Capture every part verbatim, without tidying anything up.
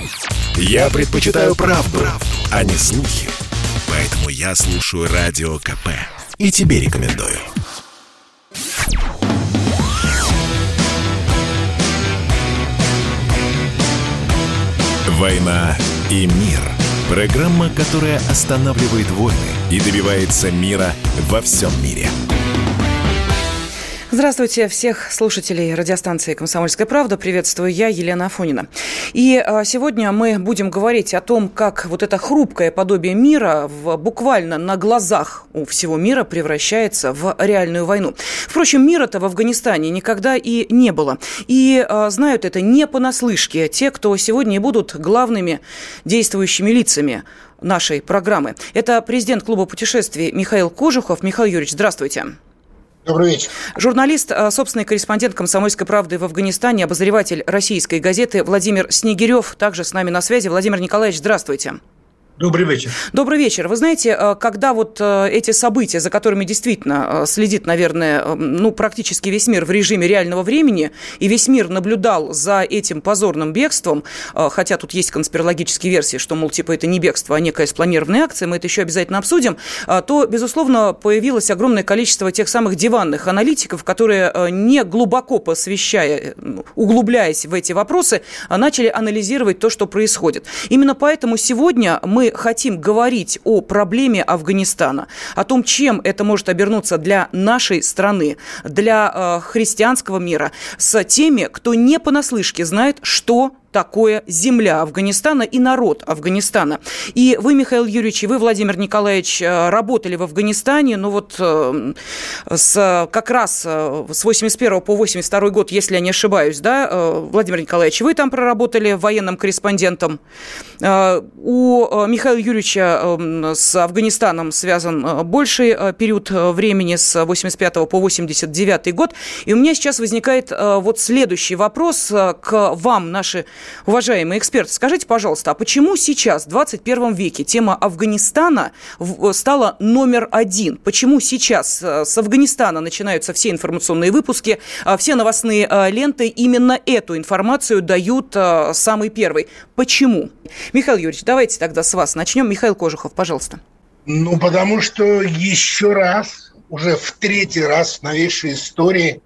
Я предпочитаю правду, правду, а не слухи. Поэтому я слушаю Радио КП. И тебе рекомендую. «Война и мир». Программа, которая останавливает войны и добивается мира во всем мире. Здравствуйте, всех слушателей радиостанции «Комсомольская правда». Приветствую я, Елена Афонина. И а, сегодня мы будем говорить о том, как вот это хрупкое подобие мира в, буквально на глазах у всего мира превращается в реальную войну. Впрочем, мира-то в Афганистане никогда и не было. И а, знают это не понаслышке те, кто сегодня и будут главными действующими лицами нашей программы. Это президент клуба путешествий Михаил Кожухов. Михаил Юрьевич, здравствуйте. Добрый вечер. Журналист, собственный корреспондент «Комсомольской правды» в Афганистане, обозреватель российской газеты Владимир Снегирев также с нами на связи. Владимир Николаевич, здравствуйте. Добрый вечер. Добрый вечер. Вы знаете, когда вот эти события, за которыми действительно следит, наверное, ну, практически весь мир в режиме реального времени, и весь мир наблюдал за этим позорным бегством, хотя тут есть конспирологические версии, что, мол, типа это не бегство, а некая спланированная акция, мы это еще обязательно обсудим, то, безусловно, появилось огромное количество тех самых диванных аналитиков, которые, не глубоко посвящая, углубляясь в эти вопросы, начали анализировать то, что происходит. Именно поэтому сегодня мы Мы хотим говорить о проблеме Афганистана, о том, чем это может обернуться для нашей страны, для э, христианского мира, с теми, кто не понаслышке знает, что такое земля Афганистана и народ Афганистана. И вы, Михаил Юрьевич, и вы, Владимир Николаевич, работали в Афганистане, ну вот с, как раз с восемьдесят первого по восемьдесят второй год, если я не ошибаюсь, да, Владимир Николаевич, вы там проработали военным корреспондентом. У Михаила Юрьевича с Афганистаном связан больший период времени, с восемьдесят пятого по восемьдесят девятый год. И у меня сейчас возникает вот следующий вопрос к вам, наши уважаемые эксперты, скажите, пожалуйста, а почему сейчас, в двадцать первом веке, тема Афганистана стала номер один? Почему сейчас с Афганистана начинаются все информационные выпуски, все новостные ленты именно эту информацию дают самый первый? Почему? Михаил Юрьевич, давайте тогда с вас начнем. Михаил Кожухов, пожалуйста. Ну, потому что еще раз, уже в третий раз в новейшей истории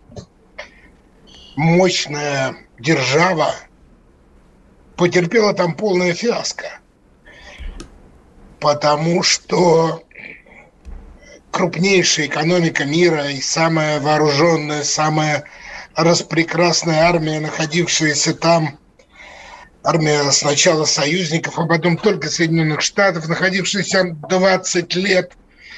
мощная держава потерпела там полное фиаско, потому что крупнейшая экономика мира и самая вооруженная, самая распрекрасная армия, находившаяся там, армия сначала союзников, а потом только Соединенных Штатов, находившаяся двадцать лет,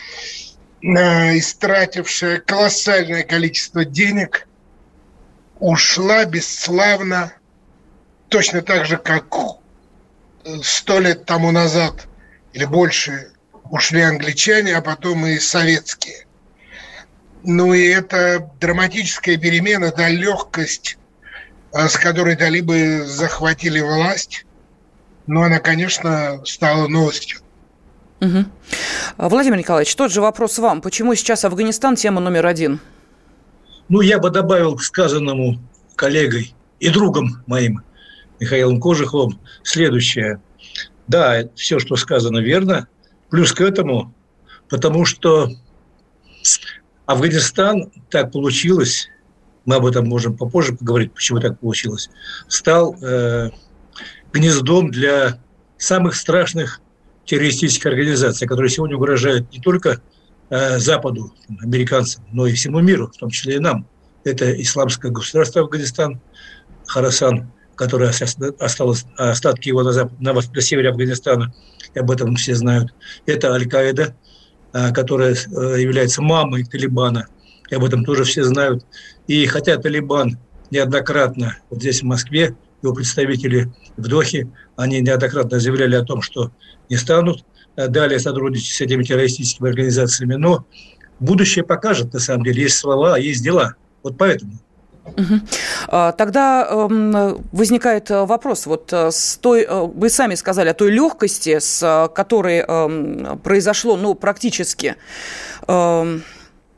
истратившая колоссальное количество денег, ушла бесславно, точно так же, как сто лет тому назад или больше ушли англичане, а потом и советские. Ну и это драматическая перемена, да, легкость, с которой талибы захватили власть, но она, конечно, стала новостью. Угу. Владимир Николаевич, тот же вопрос вам. Почему сейчас Афганистан тема номер один? Ну, я бы добавил к сказанному коллегой и другом моим Михаилом Кожуховым следующее. Да, все, что сказано, верно. Плюс к этому, потому что Афганистан, так получилось, мы об этом можем попозже поговорить, почему так получилось, стал э, гнездом для самых страшных террористических организаций, которые сегодня угрожают не только э, Западу, американцам, но и всему миру, в том числе и нам. Это Исламское государство Афганистан, Хорасан, которое осталось, остатки его на, запад, на, на севере Афганистана, и об этом все знают. Это Аль-Каида, которая является мамой Талибана, и об этом тоже все знают. И хотя Талибан неоднократно, вот здесь в Москве, его представители в Дохе, они неоднократно заявляли о том, что не станут далее сотрудничать с этими террористическими организациями, но будущее покажет, на самом деле, есть слова, а есть дела. Вот поэтому. Угу. Тогда э, возникает вопрос, вот с той, вы сами сказали о той легкости, с которой э, произошло, ну, практически э,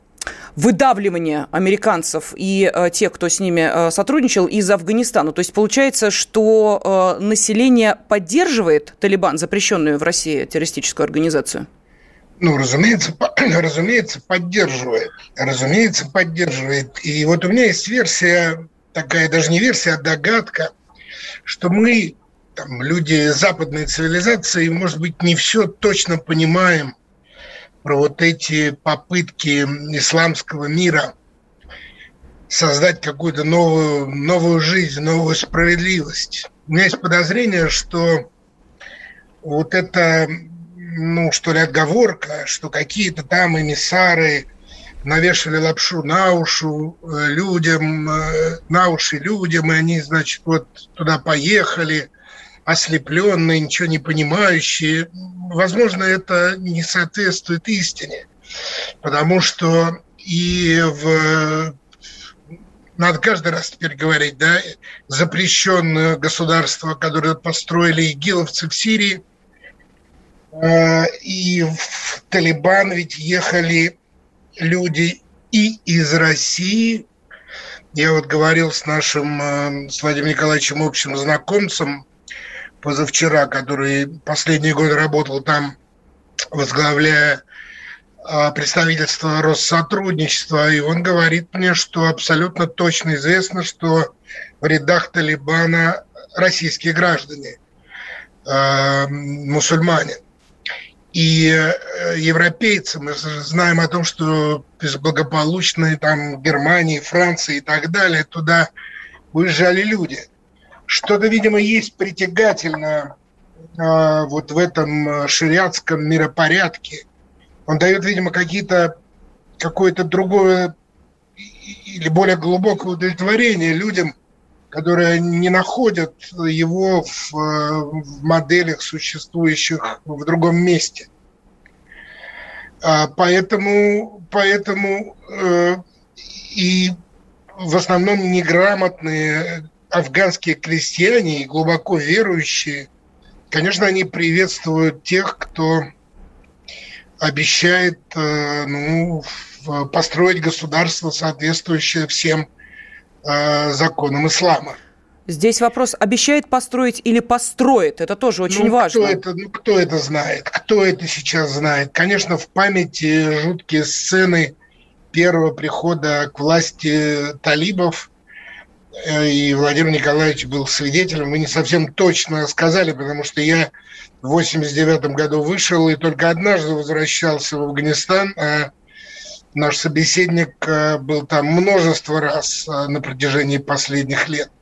выдавливание американцев и э, тех, кто с ними э, сотрудничал, из Афганистана. То есть получается, что э, население поддерживает Талибан, запрещенную в России террористическую организацию? Ну, разумеется, по- разумеется, поддерживает. Разумеется, поддерживает. И вот у меня есть версия, такая даже не версия, а догадка, что мы, там, люди западной цивилизации, может быть, не все точно понимаем про вот эти попытки исламского мира создать какую-то новую, новую жизнь, новую справедливость. У меня есть подозрение, что вот это, ну, что ли, отговорка, что какие-то там эмиссары навешали лапшу на ушу людям, на уши людям, и они, значит, вот туда поехали, ослепленные, ничего не понимающие. Возможно, это не соответствует истине, потому что и в... Надо каждый раз теперь говорить, да, запрещенное государство, которое построили игиловцы в Сирии, и в Талибан ведь ехали люди и из России. Я вот говорил с нашим, с Владимиром Николаевичем, общим знакомцем позавчера, который последние годы работал там, возглавляя представительство Россотрудничества, и он говорит мне, что абсолютно точно известно, что в рядах Талибана российские граждане, э, мусульмане. И европейцы, мы знаем о том, что из благополучной там Германии, Франции и так далее, туда уезжали люди. Что-то, видимо, есть притягательно э, вот в этом шариатском миропорядке. Он дает, видимо, какие-то, какое-то другое или более глубокое удовлетворение людям, которые не находят его в, в моделях, существующих в другом месте. Поэтому, поэтому э, и в основном неграмотные афганские крестьяне и глубоко верующие, конечно, они приветствуют тех, кто обещает э, ну, построить государство, соответствующее всем э, законам ислама. Здесь вопрос, обещает построить или построит? Это тоже очень ну, важно. Кто это, ну, кто это знает? Кто это сейчас знает? Конечно, в памяти жуткие сцены первого прихода к власти талибов, и Владимир Николаевич был свидетелем. Вы не совсем точно сказали, потому что я в восемьдесят девятом году вышел и только однажды возвращался в Афганистан, а наш собеседник был там множество раз на протяжении последних лет.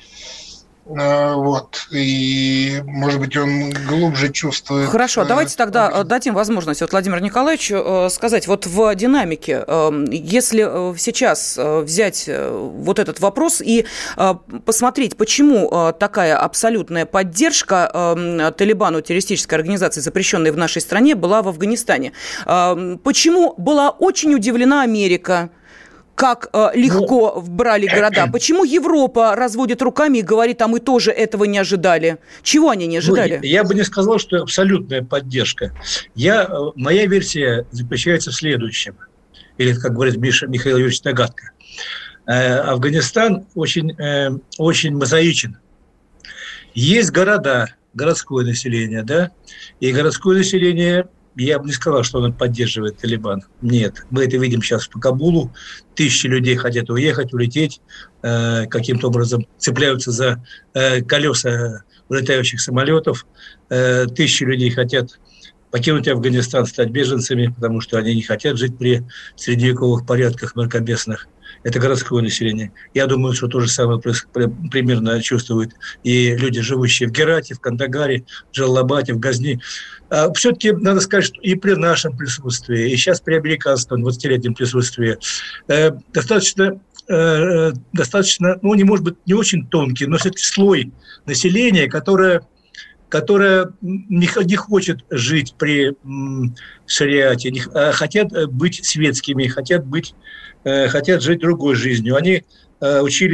Вот. И, может быть, он глубже чувствует... Хорошо, давайте тогда дадим возможность вот Владимиру Николаевичу сказать, вот в динамике, если сейчас взять вот этот вопрос и посмотреть, почему такая абсолютная поддержка Талибану, террористической организации, запрещенной в нашей стране, была в Афганистане. Почему была очень удивлена Америка, как э, легко брали города. Почему Европа разводит руками и говорит, а мы тоже этого не ожидали? Чего они не ожидали? Ну, я бы не сказал, что абсолютная поддержка. Я, моя версия заключается в следующем. Или, как говорит Миша, Михаил Юрьевич, догадка. Э, Афганистан очень, э, очень мозаичен. Есть города, городское население, да, и городское население... Я бы не сказал, что он поддерживает Талибан. Нет. Мы это видим сейчас по Кабулу. Тысячи людей хотят уехать, улететь. Э, каким-то образом цепляются за э, колеса улетающих самолетов. Э, тысячи людей хотят покинуть Афганистан, стать беженцами, потому что они не хотят жить при средневековых порядках мракобесных. Это городское население. Я думаю, что то же самое примерно чувствуют и люди, живущие в Герате, в Кандагаре, в Джалалабаде, в Газни. А все-таки надо сказать, что и при нашем присутствии, и сейчас при американском двадцатилетнем присутствии э, достаточно, э, достаточно, ну, не может быть, не очень тонкий, но все-таки слой населения, которое которая не, не хочет жить при м, шариате, не, а хотят быть светскими, хотят, быть, э, хотят жить другой жизнью. Они э, учились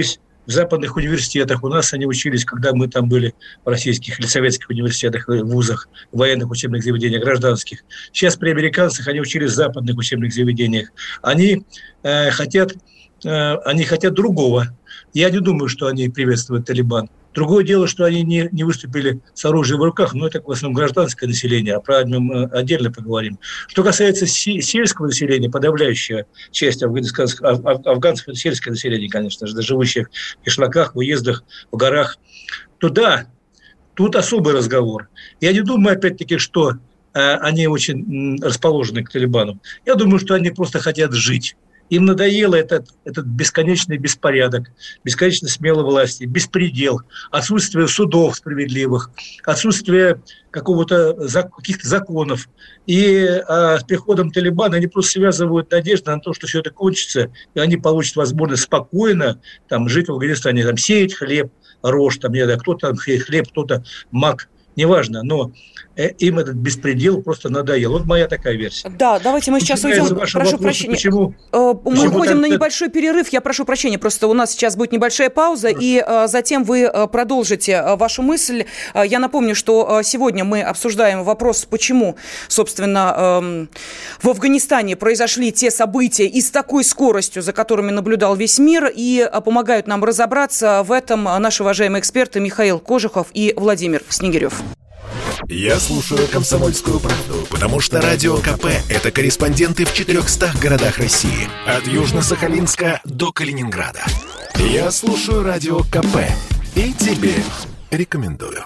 в западных университетах. У нас они учились, когда мы там были в российских или советских университетах, вузах, военных учебных заведениях, гражданских. Сейчас при американцах они учились в западных учебных заведениях. Они э, хотят, э, они хотят другого. Я не думаю, что они приветствуют Талибан. Другое дело, что они не, не выступили с оружием в руках, но это в основном гражданское население, а про нем мы отдельно поговорим. Что касается си- сельского населения, подавляющая часть афганцев, афганцев – это сельское население, конечно же, живущее в кишлаках, в уездах, в горах, то да, тут особый разговор. Я не думаю, опять-таки, что э, они очень м, расположены к Талибану. Я думаю, что они просто хотят жить. Им надоело этот, этот бесконечный беспорядок, бесконечно смелой власти, беспредел, отсутствие судов справедливых, отсутствие какого-то, каких-то законов. И а, с приходом Талибана они просто связывают надежду на то, что все это кончится, и они получат возможность спокойно там, жить в Афганистане, там, сеять хлеб, рожь, там, не знаю, кто-то хлеб, кто-то мак. Неважно, но им этот беспредел просто надоел. Вот моя такая версия. Да, давайте мы сейчас уйдем. Прошу вопросу, прощения. Почему, мы почему уходим так, на небольшой перерыв. Я прошу прощения, просто у нас сейчас будет небольшая пауза, и а, затем вы а, продолжите а, вашу мысль. А, я напомню, что а, сегодня мы обсуждаем вопрос, почему, собственно, а, в Афганистане произошли те события и с такой скоростью, за которыми наблюдал весь мир, и а, помогают нам разобраться в этом наши уважаемые эксперты Михаил Кожухов и Владимир Снегирев. Я слушаю «Комсомольскую правду», потому что Радио КП – это корреспонденты в четырехстах городах России. От Южно-Сахалинска до Калининграда. Я слушаю Радио КП и тебе рекомендую.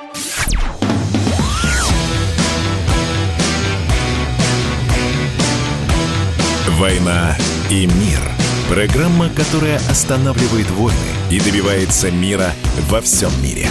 «Война и мир» – программа, которая останавливает войны и добивается мира во всем мире.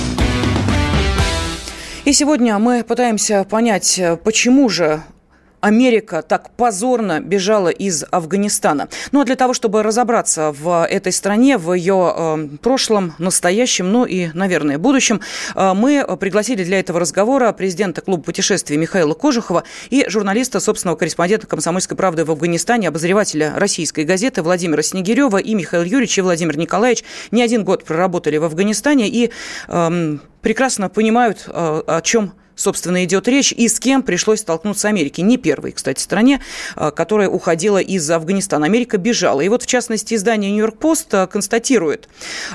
И сегодня мы пытаемся понять, почему же Америка так позорно бежала из Афганистана. Ну, а для того, чтобы разобраться в этой стране, в ее э, прошлом, настоящем, ну и, наверное, будущем, э, мы пригласили для этого разговора президента клуба путешествий Михаила Кожухова и журналиста, собственного корреспондента «Комсомольской правды» в Афганистане, обозревателя «Российской газеты» Владимира Снегирева. И Михаил Юрьевич, и Владимир Николаевич не один год проработали в Афганистане и э, прекрасно понимают, э, о чем собственно, идет речь, и с кем пришлось столкнуться Америке. Не первой, кстати, стране, которая уходила из Афганистана. Америка бежала. И вот, в частности, издание «Нью-Йорк-Пост» констатирует,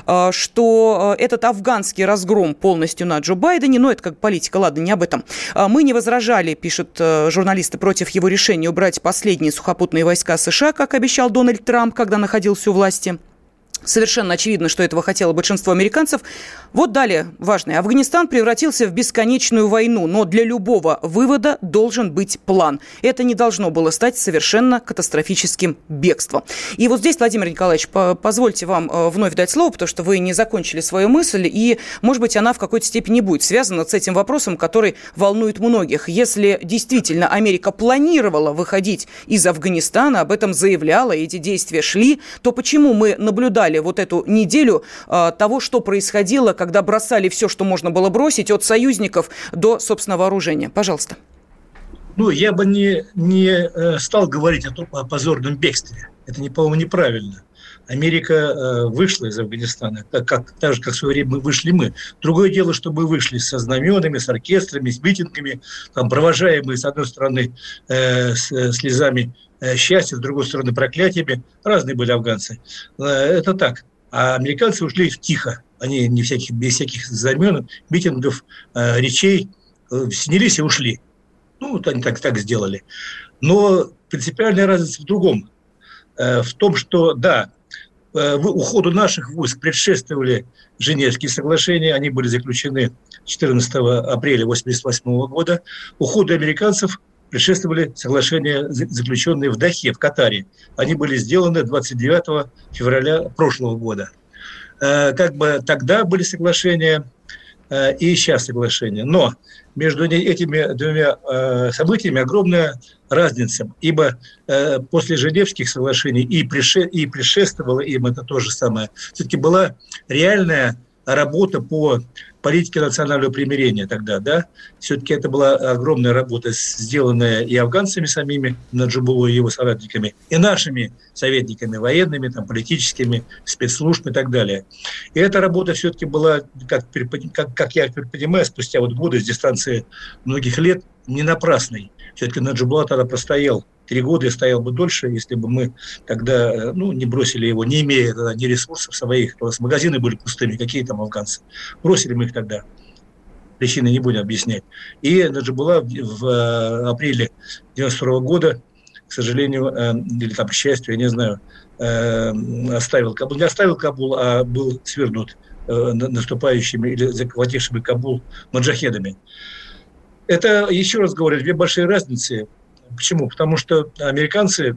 что этот афганский разгром полностью на Джо Байдене, но это как политика, ладно, не об этом. Мы не возражали, пишут журналисты, против его решения убрать последние сухопутные войска США, как обещал Дональд Трамп, когда находился у власти. Совершенно очевидно, что этого хотело большинство американцев. Вот далее важное. Афганистан превратился в бесконечную войну, но для любого вывода должен быть план. Это не должно было стать совершенно катастрофическим бегством. И вот здесь, Владимир Николаевич, позвольте вам вновь дать слово, потому что вы не закончили свою мысль, и, может быть, она в какой-то степени будет связана с этим вопросом, который волнует многих. Если действительно Америка планировала выходить из Афганистана, об этом заявляла, и эти действия шли, то почему мы наблюдали вот эту неделю а, того, что происходило, когда бросали все, что можно было бросить, от союзников до, собственно, вооружения? Пожалуйста. Ну, я бы не, не стал говорить о, том, о позорном бегстве. Это, по-моему, неправильно. Америка э, вышла из Афганистана, так, как, так же, как в свое время мы вышли мы. Другое дело, что мы вышли со знаменами, с оркестрами, с митингами, там, провожаемые, с одной стороны, э, с, слезами э, счастья, с другой стороны, проклятиями. Разные были афганцы. Э, это так. А американцы ушли тихо. Они не всяких, без всяких знамен, митингов, э, речей э, снялись и ушли. Ну, вот они так, так сделали. Но принципиальная разница в другом. Э, в том, что, да, уходу наших войск предшествовали Женевские соглашения, они были заключены четырнадцатого апреля восемьдесят восьмого года. Уходу американцев предшествовали соглашения, заключенные в Дахе, в Катаре. Они были сделаны двадцать девятого февраля прошлого года. Как бы тогда были соглашения, и сейчас соглашения. Но между этими двумя событиями огромная разница, ибо после Женевских соглашений и предшествовало им это то же самое, все-таки была реальная работа по политики национального примирения тогда, да, все-таки это была огромная работа, сделанная и афганцами самими, Наджибуллой и его соратниками, и нашими советниками военными, там, политическими, спецслужб и так далее. И эта работа все-таки была, как, как, как я понимаю, спустя вот годы с дистанции многих лет, не напрасной. Все-таки Наджибулла тогда простоял три года и стоял бы дольше, если бы мы тогда ну, не бросили его, не имея тогда ни ресурсов своих. У нас магазины были пустыми, какие там афганцы. Бросили мы их тогда. Причины не будем объяснять. И Наджибулла в, в апреле девяносто второго года, к сожалению, э, или там, к счастью, я не знаю, э, оставил Кабул. Не оставил Кабул, а был свернут э, наступающими или захватившими Кабул маджахедами. Это, еще раз говорю, две большие разницы. Почему? Потому что американцы,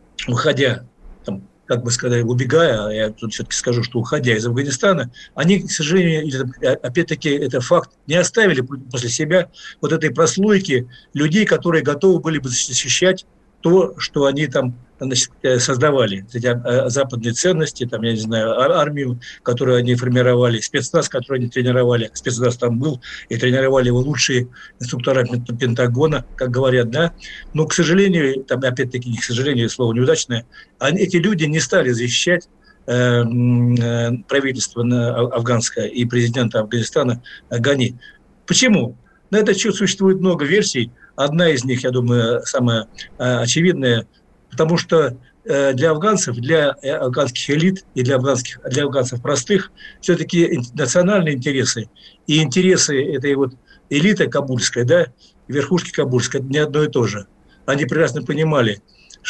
уходя, там, как бы сказать, убегая, я тут все-таки скажу, что уходя из Афганистана, они, к сожалению, опять-таки, это факт, не оставили после себя вот этой прослойки людей, которые готовы были бы защищать то, что они там, значит, создавали, эти западные ценности, там, я не знаю, армию, которую они формировали, спецназ, который они тренировали, спецназ там был, и тренировали его лучшие инструктора Пентагона, как говорят, да, но, к сожалению, там, опять-таки, к сожалению, слово неудачное, они, эти люди не стали защищать э, э, правительство афганское и президента Афганистана Гани. Почему? На этот счет существует много версий. Одна из них, я думаю, самая э, очевидная, потому что э, для афганцев, для афганских элит и для, афганских, для афганцев простых все-таки национальные интересы и интересы этой вот элиты кабульской, да, верхушки кабульской, не одно и то же. Они прекрасно понимали,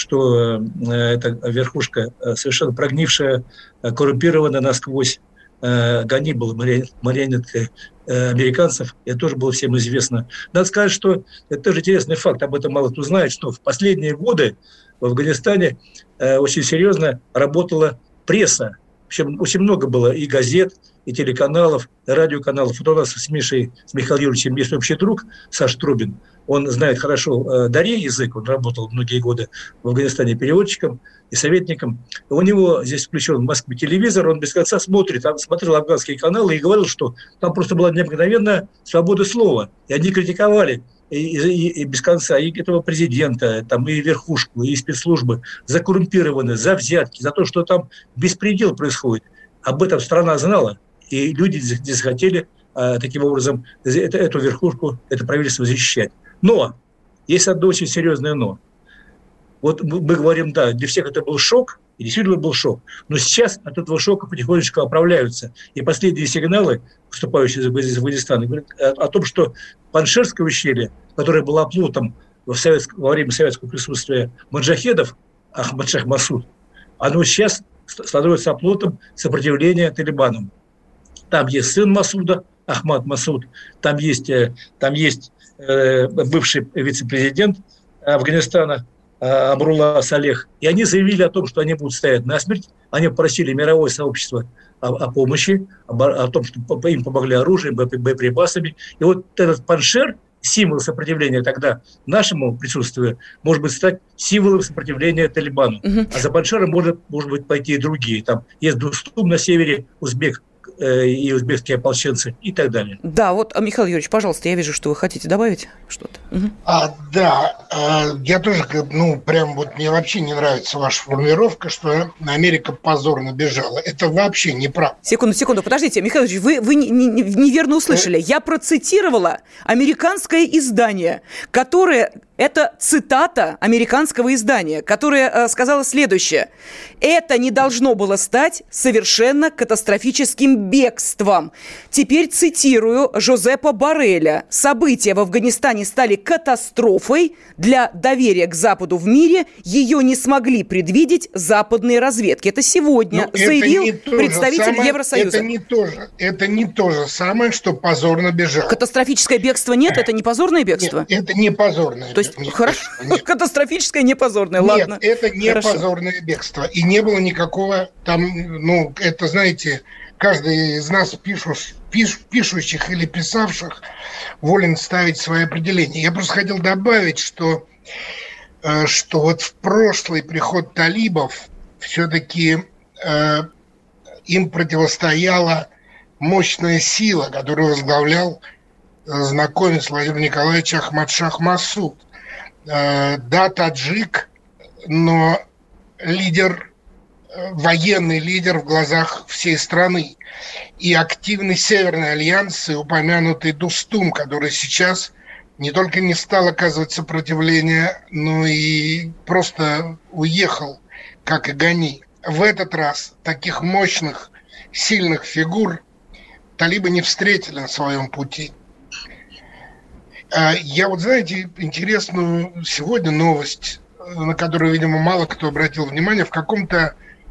что э, эта верхушка совершенно прогнившая, коррумпированная насквозь. Э, Гани был марионеткой американцев, это тоже было всем известно. Надо сказать, что это тоже интересный факт, об этом мало кто знает, что в последние годы в Афганистане э, очень серьезно работала пресса. Причем очень много было и газет, и телеканалов, и радиоканалов. Вот у нас с Мишей, с Михаилом Юрьевичем есть общий друг Саша Трубин. Он знает хорошо э, Дарье язык, он работал многие годы в Афганистане переводчиком и советником. У него здесь включен в Москве телевизор, он без конца смотрит, там, смотрел афганские каналы и говорил, что там просто была необыкновенная свобода слова. И они критиковали и, и, и без конца и этого президента, там, и верхушку, и спецслужбы за коррумпированы, за взятки, за то, что там беспредел происходит. Об этом страна знала, и люди здесь хотели а, таким образом это, эту верхушку, это правительство защищать. Но есть одно очень серьезное но. Вот мы говорим, да, для всех это был шок, и действительно был шок. Но сейчас от этого шока потихонечку оправляются. И последние сигналы, поступающие из Афганистана, говорят о, о том, что Паншерское ущелье, которое было оплотом во, совет, во время советского присутствия маджахедов, Ахмад Шах Масуд, оно сейчас становится оплотом сопротивления талибанам. Там есть сын Масуда, Ахмад Масуд, там есть, там есть э, бывший вице-президент Афганистана Амрулла Салех. И они заявили о том, что они будут стоять насмерть. Они просили мировое сообщество о, о помощи, о, о том, что им помогли оружием, боеприпасами. И вот этот Паншер, символ сопротивления тогда нашему присутствию, может быть, стать символом сопротивления Талибану. Угу. А за Паншером может, может быть пойти и другие. Там есть Дустум на севере, узбек, и узбекские ополченцы и так далее. Да, вот, Михаил Юрьевич, пожалуйста, я вижу, что вы хотите добавить что-то. Угу. А, да, а, я тоже, ну, прям вот мне вообще не нравится ваша формулировка, что Америка позорно бежала. Это вообще неправда. Секунду, секунду, подождите, Михаил Юрьевич, вы, вы не, не, неверно услышали. Я процитировала американское издание, которое... Это цитата американского издания, которое э, сказало следующее. «Это не должно было стать совершенно катастрофическим бегством». Теперь цитирую Жозепа Борреля. «События в Афганистане стали катастрофой для доверия к Западу в мире. Ее не смогли предвидеть западные разведки». Это сегодня Но заявил это представитель самое, Евросоюза. Это не, то же, это не то же самое, что позорно бежал. Катастрофическое бегство нет? Это не позорное бегство? Нет, это не позорное бегство. Нет, хорошо, нет. Катастрофическое, не позорное, нет, ладно. Нет, это не хорошо. Позорное бегство. И не было никакого там, ну, это, знаете, каждый из нас, пишущих, пиш, пишущих или писавших, волен ставить свои определения. Я просто хотел добавить, что, что вот в прошлый приход талибов все-таки э, им противостояла мощная сила, которую возглавлял знакомец Владимир Николаевич Ахмад-Шах Масуд. Да, таджик, но лидер, военный лидер в глазах всей страны. И активный Северный альянс, и упомянутый Дустум, который сейчас не только не стал оказывать сопротивление, но и просто уехал, как и Гани. В этот раз таких мощных, сильных фигур талибы не встретили на своем пути. Я вот, знаете, интересную сегодня новость, на которую, видимо, мало кто обратил внимание, в каком-то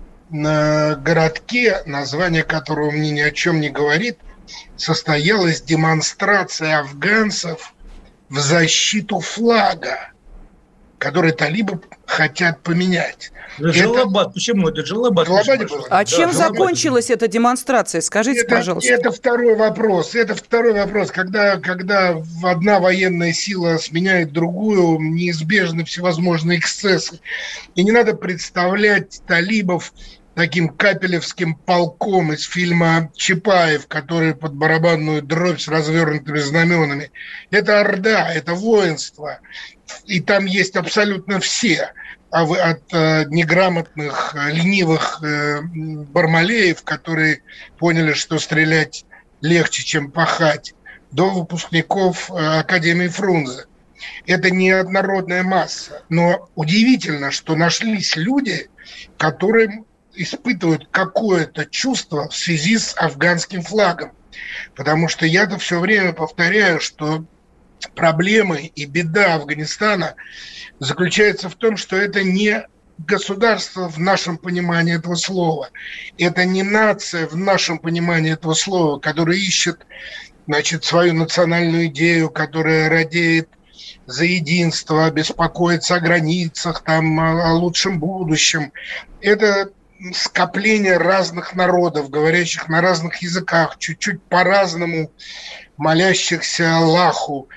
городке, название которого мне ни о чем не говорит, состоялась демонстрация афганцев в защиту флага, который талибы хотят поменять. Это Джалабад. Почему это Джалабад? А да, чем Джалабад. Закончилась эта демонстрация? Скажите, это, пожалуйста. Это второй вопрос. Это второй вопрос. Когда, когда одна военная сила сменяет другую, неизбежны всевозможные эксцессы. И не надо представлять талибов таким капелевским полком из фильма «Чапаев», который под барабанную дробь с развернутыми знаменами. Это орда, это воинство. И там есть абсолютно все. От э, неграмотных, ленивых э, бармалеев, которые поняли, что стрелять легче, чем пахать, до выпускников э, Академии Фрунзе. Это неоднородная масса. Но удивительно, что нашлись люди, которые испытывают какое-то чувство в связи с афганским флагом. Потому что я-то все время повторяю, что проблемы и беда Афганистана заключается в том, что это не государство в нашем понимании этого слова. Это не нация в нашем понимании этого слова, которая ищет, значит, свою национальную идею, которая радеет за единство, беспокоится о границах, там, о лучшем будущем. Это скопление разных народов, говорящих на разных языках, чуть-чуть по-разному молящихся Аллаху,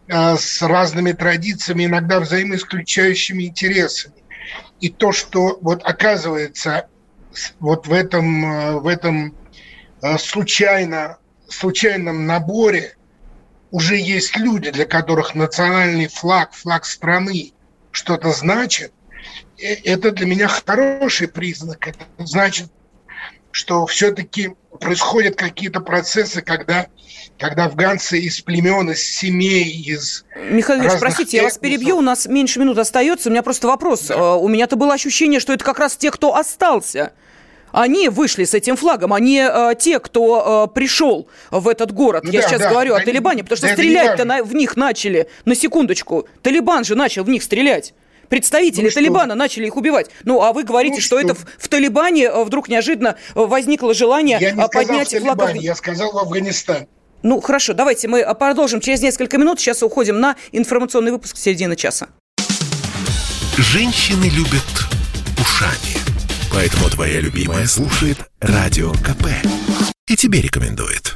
с разными традициями, иногда взаимоисключающими интересами. И то, что вот оказывается вот в этом, в этом случайно, случайном наборе уже есть люди, для которых национальный флаг, флаг страны что-то значит, это для меня хороший признак. Это значит, что все-таки происходят какие-то процессы, когда, когда афганцы из племен, из семей, из Михаил Ильич, простите, я вас перебью, у нас меньше минут остается. У меня просто вопрос. Да. У меня-то было ощущение, что это как раз те, кто остался. Они вышли с этим флагом, а не э, те, кто э, пришел в этот город. Ну, я да, сейчас да, говорю да, о Талибане, потому что да, стрелять-то на, в них начали, на секундочку. Талибан же начал в них стрелять. Представители ну, Талибана начали их убивать. Ну, а вы говорите, ну, что, что это в, в Талибане вдруг неожиданно возникло желание я не поднять сказал в флаг. Я сказал в Афганистане. Ну, хорошо, давайте мы продолжим через несколько минут. Сейчас уходим на информационный выпуск середины часа. Женщины любят ушами. Поэтому твоя любимая слушает Радио КП. И тебе рекомендует.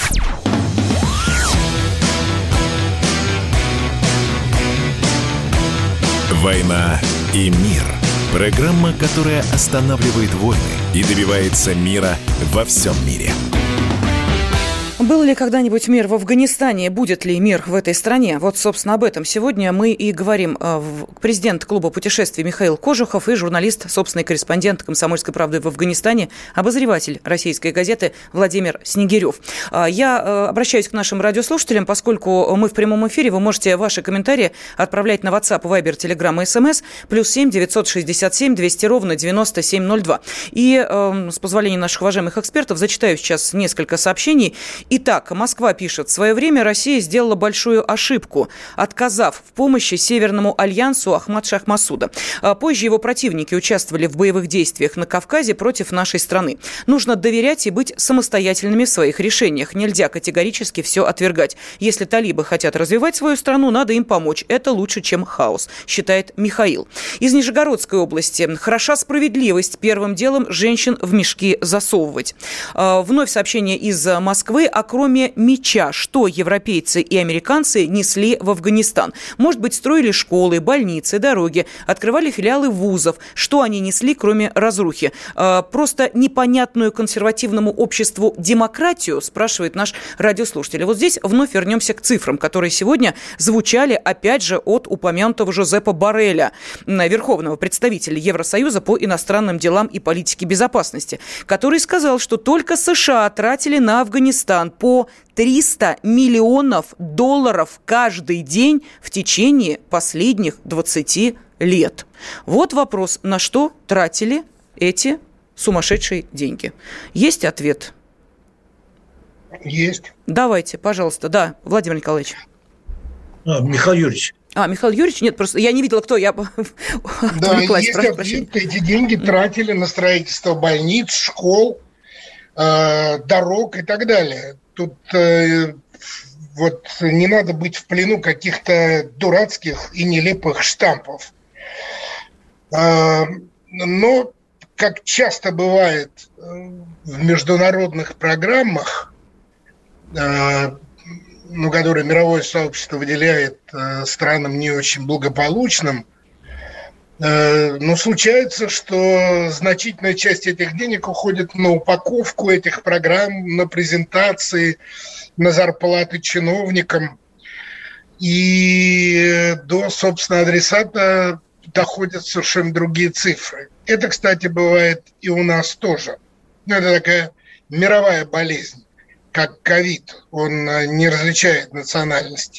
«Война и мир». Программа, которая останавливает войны и добивается мира во всем мире. Был ли когда-нибудь мир в Афганистане? Будет ли мир в этой стране? Вот, собственно, об этом сегодня мы и говорим. Президент клуба путешествий Михаил Кожухов и журналист, собственный корреспондент «Комсомольской правды» в Афганистане, обозреватель российской газеты Владимир Снегирев. Я обращаюсь к нашим радиослушателям, поскольку мы в прямом эфире, вы можете ваши комментарии отправлять на WhatsApp, Viber, Telegram и СМС плюс семь девятьсот шестьдесят семь двести ровно девяносто семь ноль два. И с позволения наших уважаемых экспертов зачитаю сейчас несколько сообщений. Итак, Москва пишет: в свое время Россия сделала большую ошибку, отказав в помощи Северному альянсу Ахмад-Шах Масуда. Позже его противники участвовали в боевых действиях на Кавказе против нашей страны. Нужно доверять и быть самостоятельными в своих решениях. Нельзя категорически все отвергать. Если талибы хотят развивать свою страну, надо им помочь. Это лучше, чем хаос, считает Михаил. Из Нижегородской области. Хороша справедливость. Первым делом женщин в мешки засовывать. Вновь сообщение из Москвы. кроме меча, что европейцы и американцы несли в Афганистан? Может быть, строили школы, больницы, дороги, открывали филиалы вузов. Что они несли, кроме разрухи? Просто непонятную консервативному обществу демократию, спрашивает наш радиослушатель. И вот здесь вновь вернемся к цифрам, которые сегодня звучали, опять же, от упомянутого Жозепа Борреля, верховного представителя Евросоюза по иностранным делам и политике безопасности, который сказал, что только США тратили на Афганистан по триста миллионов долларов каждый день в течение последних двадцати лет. Вот вопрос, на что тратили эти сумасшедшие деньги. Есть ответ? Есть. Давайте, пожалуйста. Да, Владимир Николаевич. А, Михаил Юрьевич. А, Михаил Юрьевич? Нет, просто я не видела, кто. Я Да, есть ответ. Эти деньги тратили на строительство больниц, школ, э, дорог и так далее. Тут э, вот не надо быть в плену каких-то дурацких и нелепых штампов. Э, но, как часто бывает в международных программах, э, ну, которые мировое сообщество выделяет э, странам не очень благополучным, э, но случается, что значительная часть этих денег уходит на упаковку этих программ, на презентации, на зарплаты чиновникам. И до, собственно, адресата доходят совершенно другие цифры. Это, кстати, бывает и у нас тоже. Ну, это такая мировая болезнь, как ковид, он не различает национальности.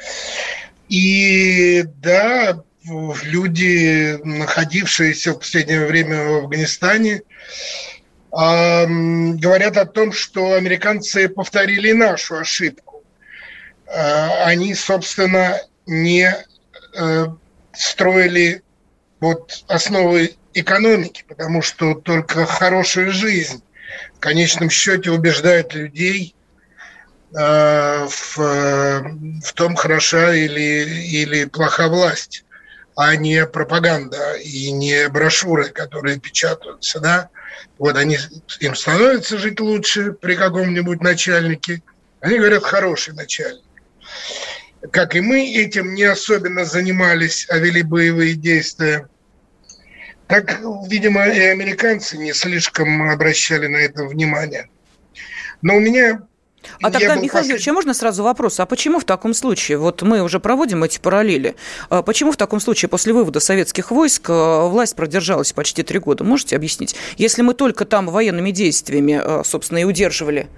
И да, люди, находившиеся в последнее время в Афганистане, говорят о том, что американцы повторили нашу ошибку. Они, собственно, не строили вот основы экономики, потому что только хорошая жизнь в конечном счете убеждает людей э, в, в том, хороша или, или плоха власть, а не пропаганда и не брошюры, которые печатаются. Да? Вот они, им становится жить лучше при каком-нибудь начальнике. Они говорят, хороший начальник. Как и мы этим не особенно занимались, а вели боевые действия. Так, видимо, и американцы не слишком обращали на это внимание. Но у меня... А тогда, Михаил послед... Юрьевич, можно сразу вопрос? А почему в таком случае, вот мы уже проводим эти параллели, почему в таком случае после вывода советских войск власть продержалась почти три года? Можете объяснить? Если мы только там военными действиями, собственно, и удерживали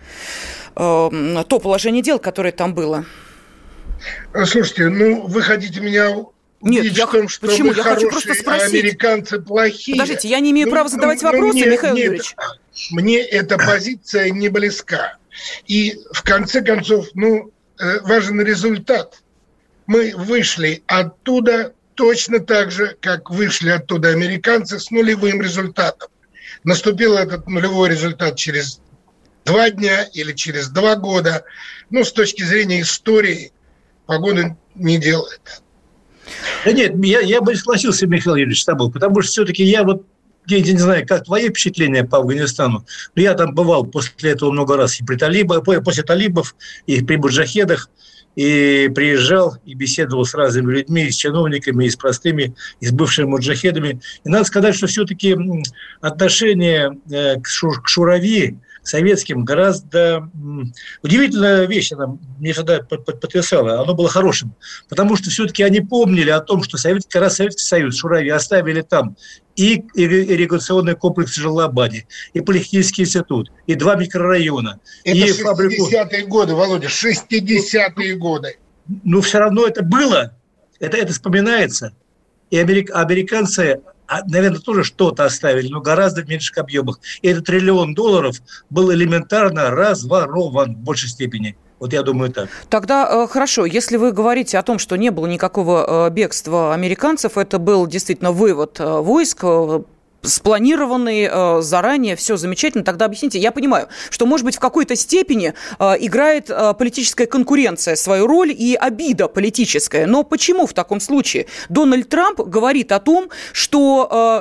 то положение дел, которое там было. Слушайте, ну, вы хотите меня... Нет, я, в том, что почему? мы Я хорошие, хочу просто спросить. А американцы плохие. Подождите, я не имею ну, права задавать ну, вопросы, мне, Михаил мне Юрьевич. Это, мне эта позиция не близка. И в конце концов, ну, важен результат. Мы вышли оттуда точно так же, как вышли оттуда американцы с нулевым результатом. Наступил этот нулевой результат через два дня или через два года. Ну, с точки зрения истории, погода не делает. Да нет, я, я бы согласился, Михаил Юрьевич, с тобой, потому что все-таки я вот, я не знаю, как твои впечатления по Афганистану, но я там бывал после этого много раз и при талибах, после талибов, и при муджахедах, и приезжал, и беседовал с разными людьми, и с чиновниками, и с простыми, и с бывшими муджахедами. И надо сказать, что все-таки отношение к шурави, к советским, гораздо... Удивительная вещь, она мне всегда потрясала, оно было хорошим, потому что все-таки они помнили о том, что Советский, раз Советский Союз, шурави оставили там и ирригационный комплекс в Джалалабаде, и политехнический институт, и два микрорайона. Это и шестидесятые фабрику... годы, Володя, шестидесятые годы. Но все равно это было, это, это вспоминается. И америк... американцы, наверное, тоже что-то оставили, но гораздо в меньших объемах. И этот триллион долларов был элементарно разворован в большей степени. Вот я думаю так. Тогда э, хорошо, если вы говорите о том, что не было никакого э, бегства американцев, это был действительно вывод э, войск, э, спланированный э, заранее, все замечательно, тогда объясните. Я понимаю, что, может быть, в какой-то степени э, играет э, политическая конкуренция свою роль и обида политическая. Но почему в таком случае Дональд Трамп говорит о том, что... Э,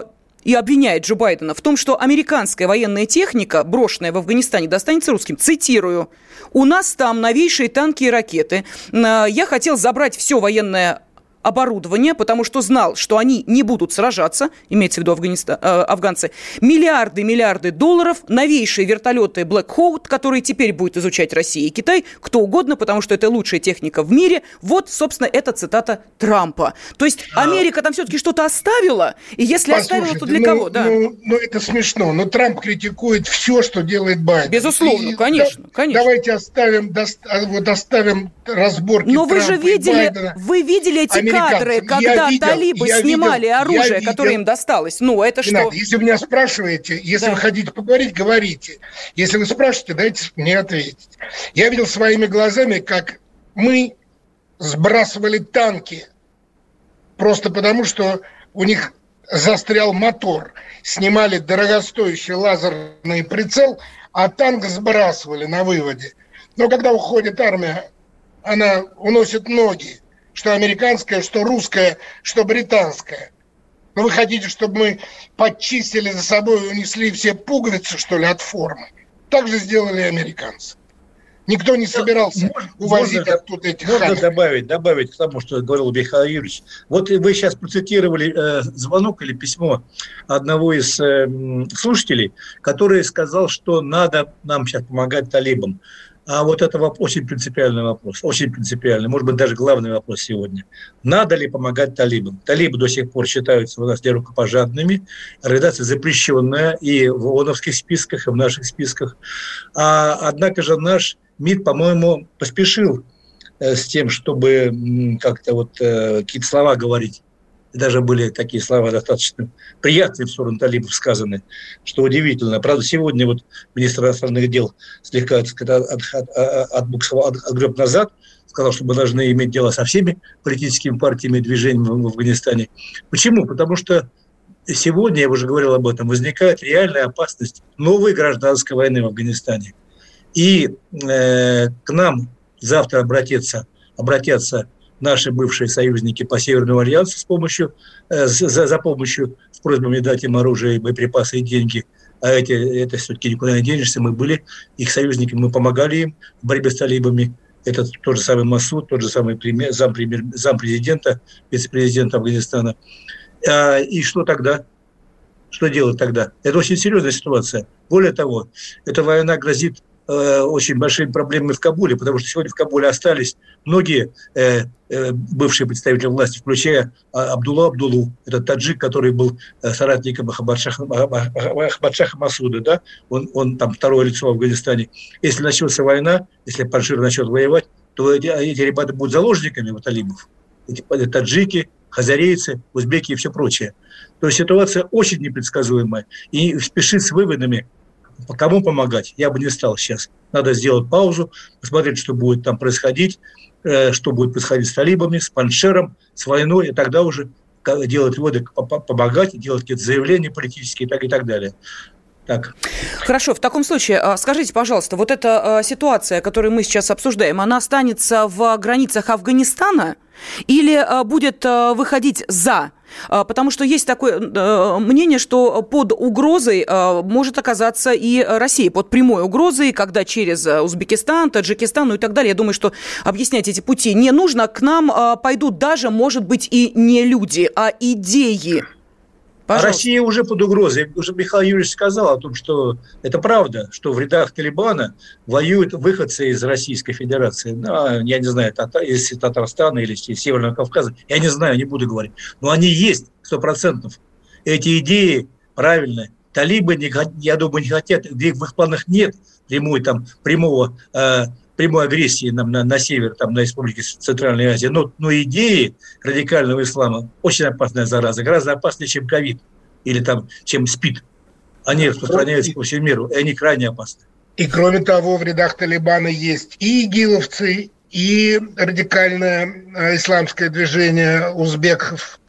и обвиняет Джо Байдена в том, что американская военная техника, брошенная в Афганистане, достанется русским. Цитирую. «У нас там новейшие танки и ракеты. Я хотел забрать все военное оборудование, потому что знал, что они не будут сражаться, имеется в виду Афганистан, э, афганцы, миллиарды, миллиарды долларов, новейшие вертолеты Black Hawk, которые теперь будет изучать Россия и Китай, кто угодно, потому что это лучшая техника в мире». Вот, собственно, это цитата Трампа. То есть Америка там все-таки что-то оставила, и если Послушайте, оставила, то для ну, кого? Да. Ну, ну, это смешно, но Трамп критикует все, что делает Байден. Безусловно, и, конечно, да, конечно. Давайте оставим, доста, вот оставим разборки Но вы Трампа же видели, и Байдена. вы видели эти кадры, когда видел, талибы снимали видел, оружие, которое им досталось. Ну, это не что? Надо. Если вы меня спрашиваете, если да. вы хотите поговорить, говорите. Если вы спрашиваете, дайте мне ответить. Я видел своими глазами, как мы сбрасывали танки просто потому, что у них застрял мотор. Снимали дорогостоящий лазерный прицел, а танк сбрасывали на выводе. Но когда уходит армия, она уносит ноги. Что американская, что русская, что британская. Но вы хотите, чтобы мы подчистили за собой и унесли все пуговицы, что ли, от формы? Так же сделали и американцы. Никто не собирался можно, увозить можно, оттуда этих Можно хамов. добавить, добавить к тому, что говорил Михаил Юрьевич. Вот вы сейчас процитировали э, звонок или письмо одного из э, слушателей, который сказал, что надо нам сейчас помогать талибам. А вот это очень принципиальный вопрос, очень принципиальный, может быть, даже главный вопрос сегодня. Надо ли помогать талибам? Талибы до сих пор считаются у нас нерукопожатными, организация запрещенная и в ООНовских списках, и в наших списках. А, однако же наш МИД, по-моему, поспешил э, с тем, чтобы м, как-то вот э, какие-то слова говорить. Даже были такие слова достаточно приятные в сторону талибов сказаны, что удивительно. Правда, сегодня вот министр иностранных дел слегка, так сказать, от, от, от, отбуксовал, от, отгреб назад, сказал, что мы должны иметь дело со всеми политическими партиями и движениями в Афганистане. Почему? Потому что сегодня, я уже говорил об этом, возникает реальная опасность новой гражданской войны в Афганистане. И э, к нам завтра обратятся, обратятся наши бывшие союзники по Северному альянсу с помощью, э, за, за помощью, с просьбами дать им оружие, боеприпасы и деньги. А эти, это все-таки никуда не денешься. Мы были их союзниками, мы помогали им в борьбе с талибами. Это тот же самый Масуд, тот же самый премьер, зампремьер, зампрезидента, вице-президента Афганистана. А, и что тогда? Что делать тогда? Это очень серьезная ситуация. Более того, эта война грозит э, очень большими проблемами в Кабуле, потому что сегодня в Кабуле остались многие э, э, бывшие представители власти, включая э, Абдулла Абдуллу, этот таджик, который был э, соратником Ахмадшаха, Ахмадшаха Масуда, да? он, он там второе лицо в Афганистане. Если начнется война, если Паншир начнет воевать, то эти, эти ребята будут заложниками у талибов. Эти таджики, хазарейцы, узбеки и все прочее. То есть ситуация очень непредсказуемая. И спешить с выводами, кому помогать, я бы не стал сейчас. Надо сделать паузу, посмотреть, что будет там происходить, что будет происходить с талибами, с Паншером, с войной, и тогда уже делать выводы, помогать, делать какие-то заявления политические и так, и так далее. Так. Хорошо, в таком случае, скажите, пожалуйста, вот эта ситуация, которую мы сейчас обсуждаем, она останется в границах Афганистана или будет выходить за? Потому что есть такое мнение, что под угрозой может оказаться и Россия, под прямой угрозой, когда через Узбекистан, Таджикистан, ну и так далее. Я думаю, что объяснять эти пути не нужно. К нам пойдут даже, может быть, и не люди, а идеи. Пожалуйста. Россия уже под угрозой. Уже Михаил Юрьевич сказал о том, что это правда, что в рядах Талибана воюют выходцы из Российской Федерации. Ну, я не знаю, из Татарстана или из Северного Кавказа. Я не знаю, не буду говорить. Но они есть, сто процентов. Эти идеи правильные. Талибы, я думаю, не хотят, в их планах нет прямой, там, прямого, э, прямой агрессии на, на, на север, там, на республике Центральной Азии. Но, но идеи радикального ислама очень опасная зараза, гораздо опаснее, чем ковид или там, чем СПИД. Они распространяются по всему миру, и они крайне опасны. И кроме того, в рядах Талибана есть и игиловцы, и радикальное исламское движение узбеков.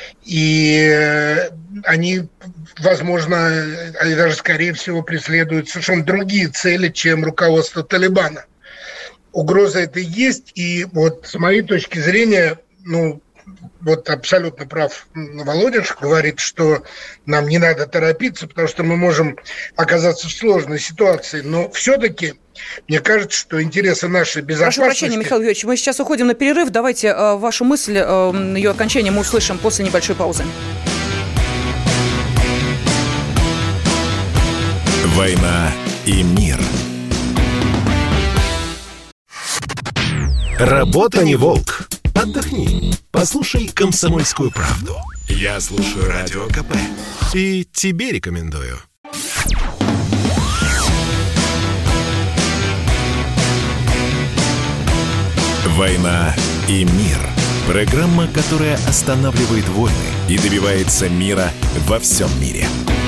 И они, возможно, они даже, скорее всего, преследуют совершенно другие цели, чем руководство Талибана. Угроза это есть, и вот с моей точки зрения, ну, вот абсолютно прав Володя, говорит, что нам не надо торопиться, потому что мы можем оказаться в сложной ситуации. Но все-таки мне кажется, что интересы нашей безопасности... Прошу прощения, Михаил Юрьевич, мы сейчас уходим на перерыв. Давайте э, вашу мысль, э, ее окончание мы услышим после небольшой паузы. «Война и мир». Работа не волк. Отдохни. Послушай «Комсомольскую правду». Я слушаю Радио КП. И тебе рекомендую. «Война и мир». Программа, которая останавливает войны и добивается мира во всем мире.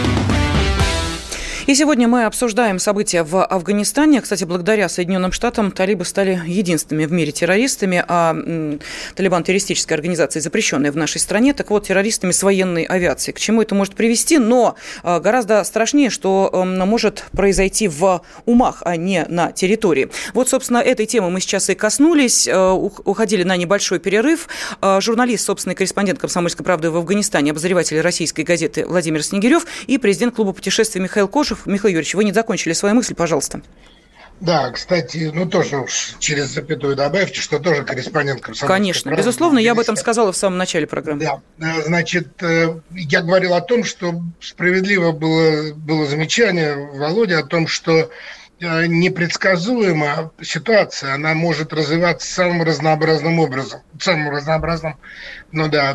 И сегодня мы обсуждаем события в Афганистане. Кстати, благодаря Соединенным Штатам талибы стали единственными в мире террористами, а м, Талибан – террористическая организация, запрещенная в нашей стране, так вот, террористами с военной авиацией. К чему это может привести? Но а, гораздо страшнее, что а, может произойти в умах, а не на территории. Вот, собственно, этой темы мы сейчас и коснулись, а, уходили на небольшой перерыв. А, журналист, собственный корреспондент «Комсомольской правды» в Афганистане, обозреватель российской газеты Владимир Снегирев и президент клуба путешествий Михаил Кожев. Михаил Юрьевич, вы не закончили свою мысль, пожалуйста. Да, кстати, ну тоже уж через запятую добавьте, что тоже корреспондент «Комсомольской правды». Конечно, безусловно, я об этом сказала в самом начале программы. Да, значит, я говорил о том, что справедливо было, было замечание Володя о том, что непредсказуема ситуация, она может развиваться самым разнообразным образом, самым разнообразным, ну да,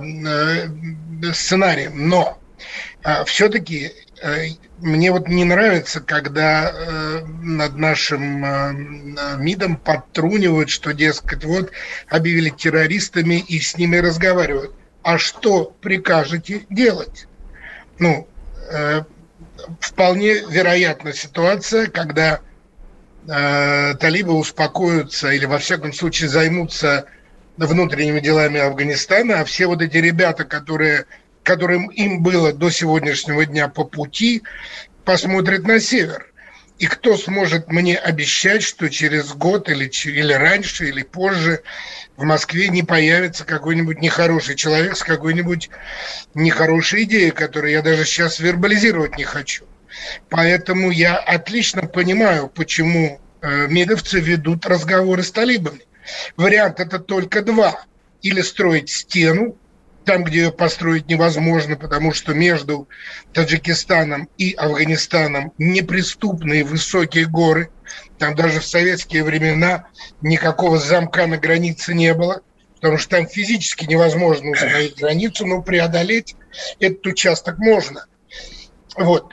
сценарием, но все-таки мне вот не нравится, когда э, над нашим э, МИДом подтрунивают, что, дескать, вот объявили террористами и с ними разговаривают. А что прикажете делать? Ну, э, вполне вероятна ситуация, когда э, талибы успокоятся или, во всяком случае, займутся внутренними делами Афганистана, а все вот эти ребята, которые... которым им было до сегодняшнего дня по пути, посмотрят на север. И кто сможет мне обещать, что через год или, или раньше, или позже в Москве не появится какой-нибудь нехороший человек с какой-нибудь нехорошей идеей, которую я даже сейчас вербализировать не хочу. Поэтому я отлично понимаю, почему э, мидовцы ведут разговоры с талибами. Вариант это только два. Или строить стену, там, где ее построить невозможно, потому что между Таджикистаном и Афганистаном неприступные высокие горы. Там даже в советские времена никакого замка на границе не было, потому что там физически невозможно установить границу, но преодолеть этот участок можно. Вот.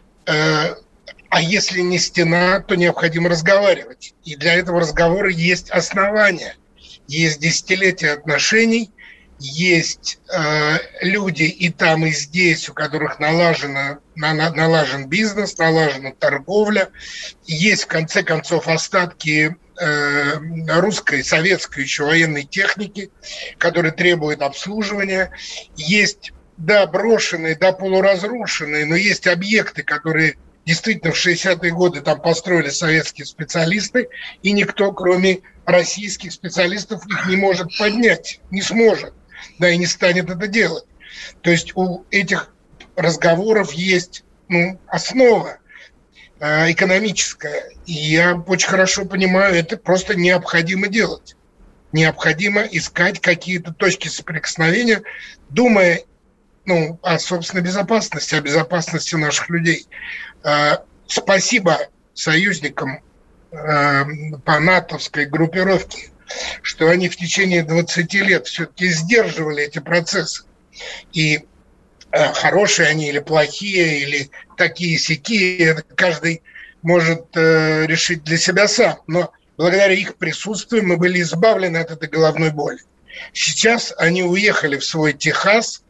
А если не стена, то необходимо разговаривать. И для этого разговора есть основания. Есть десятилетия отношений, есть э, люди и там, и здесь, у которых налажено, на, на, налажен бизнес, налажена торговля. Есть, в конце концов, остатки э, русской, советской еще военной техники, которые требуют обслуживания. Есть, да, брошенные, да, полуразрушенные, но есть объекты, которые действительно в шестидесятые годы там построили советские специалисты, и никто, кроме российских специалистов, их не может поднять, не сможет. Да, и не станет это делать. То есть у этих разговоров есть, ну, основа э, экономическая. И я очень хорошо понимаю, это просто необходимо делать. Необходимо искать какие-то точки соприкосновения, думая, ну, о собственной безопасности, о безопасности наших людей. Э, спасибо союзникам э, по натовской группировке, что они в течение двадцати лет все-таки сдерживали эти процессы. И э, хорошие они или плохие, или такие-сякие, это каждый может э, решить для себя сам. Но благодаря их присутствию мы были избавлены от этой головной боли. Сейчас они уехали в свой Техас,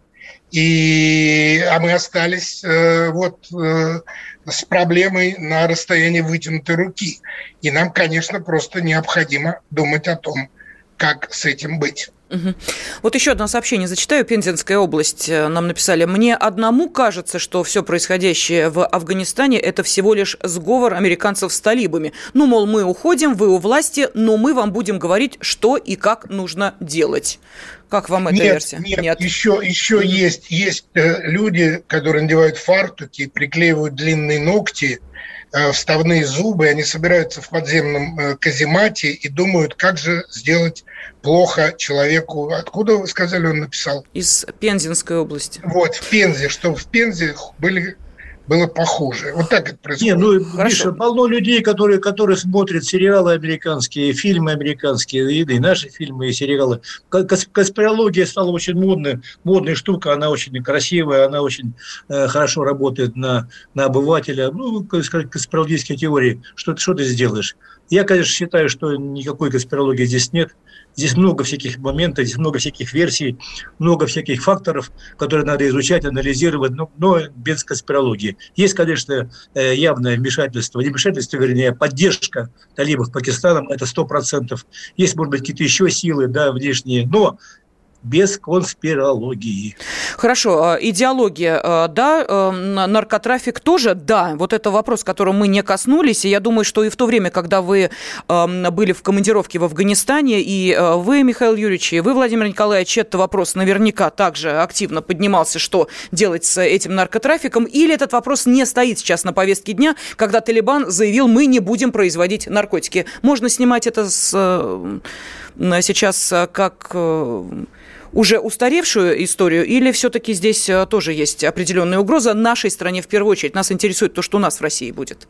и, а мы остались э, вот, э, с проблемой на расстоянии вытянутой руки. И нам, конечно, просто необходимо думать о том, как с этим быть. Угу. Вот еще одно сообщение зачитаю. Пензенская область нам написали. Мне одному кажется, что все происходящее в Афганистане – это всего лишь сговор американцев с талибами. Ну, мол, мы уходим, вы у власти, но мы вам будем говорить, что и как нужно делать. Как вам эта нет, версия? Нет, нет, еще, еще mm-hmm. есть, есть люди, которые надевают фартуки, приклеивают длинные ногти, вставные зубы, они собираются в подземном каземате и думают, как же сделать плохо человеку. Откуда, вы сказали, он написал? Из Пензенской области. Вот, в Пензе, что в Пензе были... было похуже. Вот так это происходит. Не, ну, Миша, полно людей, которые, которые смотрят сериалы американские, фильмы американские, и, и наши фильмы, и сериалы. Конспирология стала очень модной, модной штукой, она очень красивая, она очень э, хорошо работает на, на обывателя. Ну, конспирологические теории, что, что ты сделаешь? Я, конечно, считаю, что никакой конспирологии здесь нет. Здесь много всяких моментов, здесь много всяких версий, много всяких факторов, которые надо изучать, анализировать, но, но без конспирологии. Есть, конечно, явное вмешательство, не вмешательство, вернее, поддержка талибов Пакистаном, это сто процентов. Есть, может быть, какие-то еще силы, да, внешние, но без конспирологии. Хорошо. Идеология, да. Наркотрафик тоже, да. Вот это вопрос, которого мы не коснулись. И я думаю, что и в то время, когда вы были в командировке в Афганистане, и вы, Михаил Юрьевич, и вы, Владимир Николаевич, этот вопрос наверняка также активно поднимался, что делать с этим наркотрафиком. Или этот вопрос не стоит сейчас на повестке дня, когда Талибан заявил, мы не будем производить наркотики. Можно снимать это с, сейчас как... уже устаревшую историю, или все-таки здесь тоже есть определенная угроза нашей стране в первую очередь? Нас интересует то, что у нас в России будет.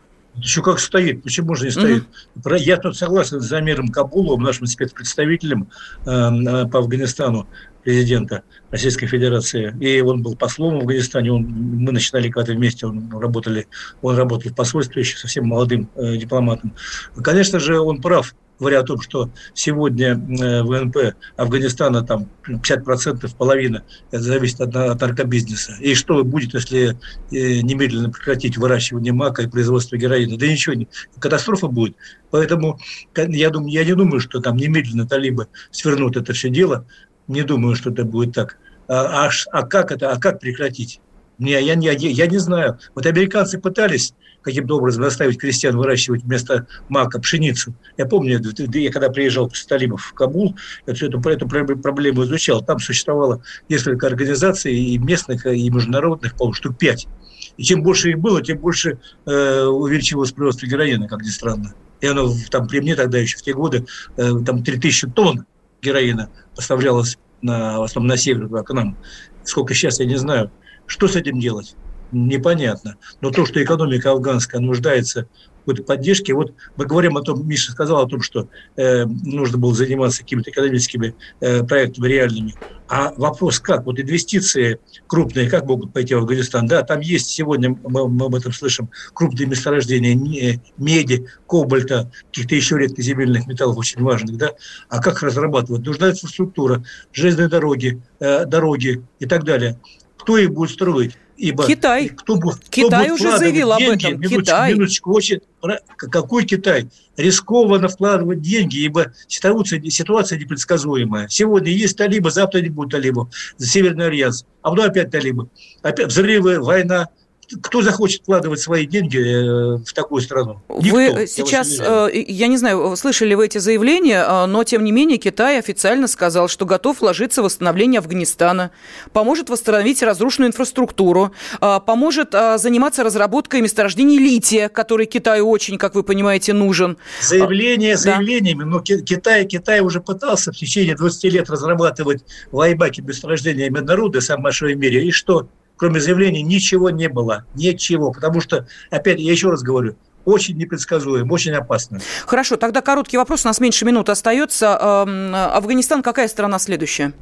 Еще как стоит, почему же не стоит? Mm-hmm. Я тут согласен с Замиром Кабуловым, нашим спецпредставителем э, по Афганистану, президента Российской Федерации. И он был послом в Афганистане, он, мы начинали когда-то вместе, он, работали, он работал в посольстве еще совсем молодым э, дипломатом. Конечно же, он прав, говоря о том, что сегодня ВНП Афганистана там пятьдесят процентов, половина, это зависит от, от наркобизнеса. И что будет, если немедленно прекратить выращивание мака и производство героина? Да ничего, не, катастрофа будет. Поэтому я, думаю, я не думаю, что там немедленно талибы свернут это все дело. Не думаю, что это будет так. А, а, а как это, а как прекратить? Не, я, я, я не знаю. Вот американцы пытались каким-то образом заставить крестьян выращивать вместо мака пшеницу. Я помню, я когда приезжал с талибов в Кабул, эту, эту, эту проблему изучал. Там существовало несколько организаций, и местных, и международных, по-моему, штук пять. И чем больше их было, тем больше э, увеличивалось производство героина, как ни странно. И оно там при мне тогда еще в те годы, э, там три тысячи тонн героина поставлялось на, в основном на север, к нам. Сколько сейчас, я не знаю. Что с этим делать? Непонятно. Но то, что экономика афганская нуждается в какой-то поддержке, вот мы говорим о том, Миша сказал о том, что э, нужно было заниматься какими-то экономическими э, проектами реальными. А вопрос как? Вот инвестиции крупные, как могут пойти в Афганистан? Да, там есть сегодня, мы, мы об этом слышим, крупные месторождения меди, кобальта, каких-то еще редкоземельных металлов очень важных. Да? А как разрабатывать? Нужна инфраструктура, железные дороги, э, дороги и так далее. Кто их будет строить? Ибо Китай. Кто, кто Китай будет уже заявил деньги, об этом. Минуточку, Китай. Минуточку, очень, какой Китай? Рискованно вкладывать деньги, ибо ситуация, ситуация непредсказуемая. Сегодня есть талибы, завтра не будет талибов. Северный альянс. А потом опять талибы. Опять взрывы, война. Кто захочет вкладывать свои деньги в такую страну? Никто. Вы сейчас, я, я не знаю, слышали вы эти заявления, но, тем не менее, Китай официально сказал, что готов вложиться в восстановление Афганистана, поможет восстановить разрушенную инфраструктуру, поможет заниматься разработкой месторождений лития, который Китаю очень, как вы понимаете, нужен. Заявления заявлениями, да. Но Китай, Китай уже пытался в течение двадцати лет разрабатывать в Айбаке месторождение медноруда, самое большое в мире, и что? Кроме заявлений ничего не было, ничего, потому что, опять, я еще раз говорю, очень непредсказуемо, очень опасно. Хорошо, тогда короткий вопрос, у нас меньше минуты остается. Афганистан какая страна следующая?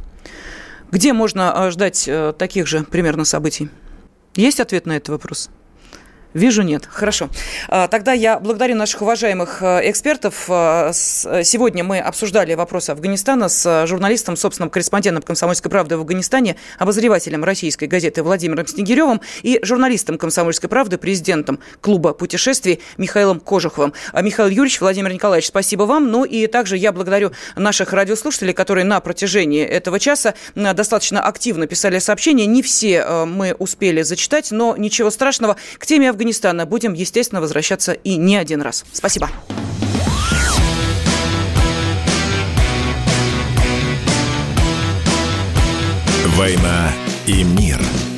Где можно ждать таких же примерно событий? Есть ответ на этот вопрос? Вижу, нет. Хорошо. Тогда я благодарю наших уважаемых экспертов. Сегодня мы обсуждали вопросы Афганистана с журналистом, собственным корреспондентом «Комсомольской правды» в Афганистане, обозревателем российской газеты Владимиром Снегиревым и журналистом «Комсомольской правды», президентом клуба путешествий Михаилом Кожуховым. Михаил Юрьевич, Владимир Николаевич, спасибо вам. Ну и также я благодарю наших радиослушателей, которые на протяжении этого часа достаточно активно писали сообщения. Не все мы успели зачитать, но ничего страшного. К теме Афганистана будем, естественно, возвращаться и не один раз. Спасибо. «Война и мир».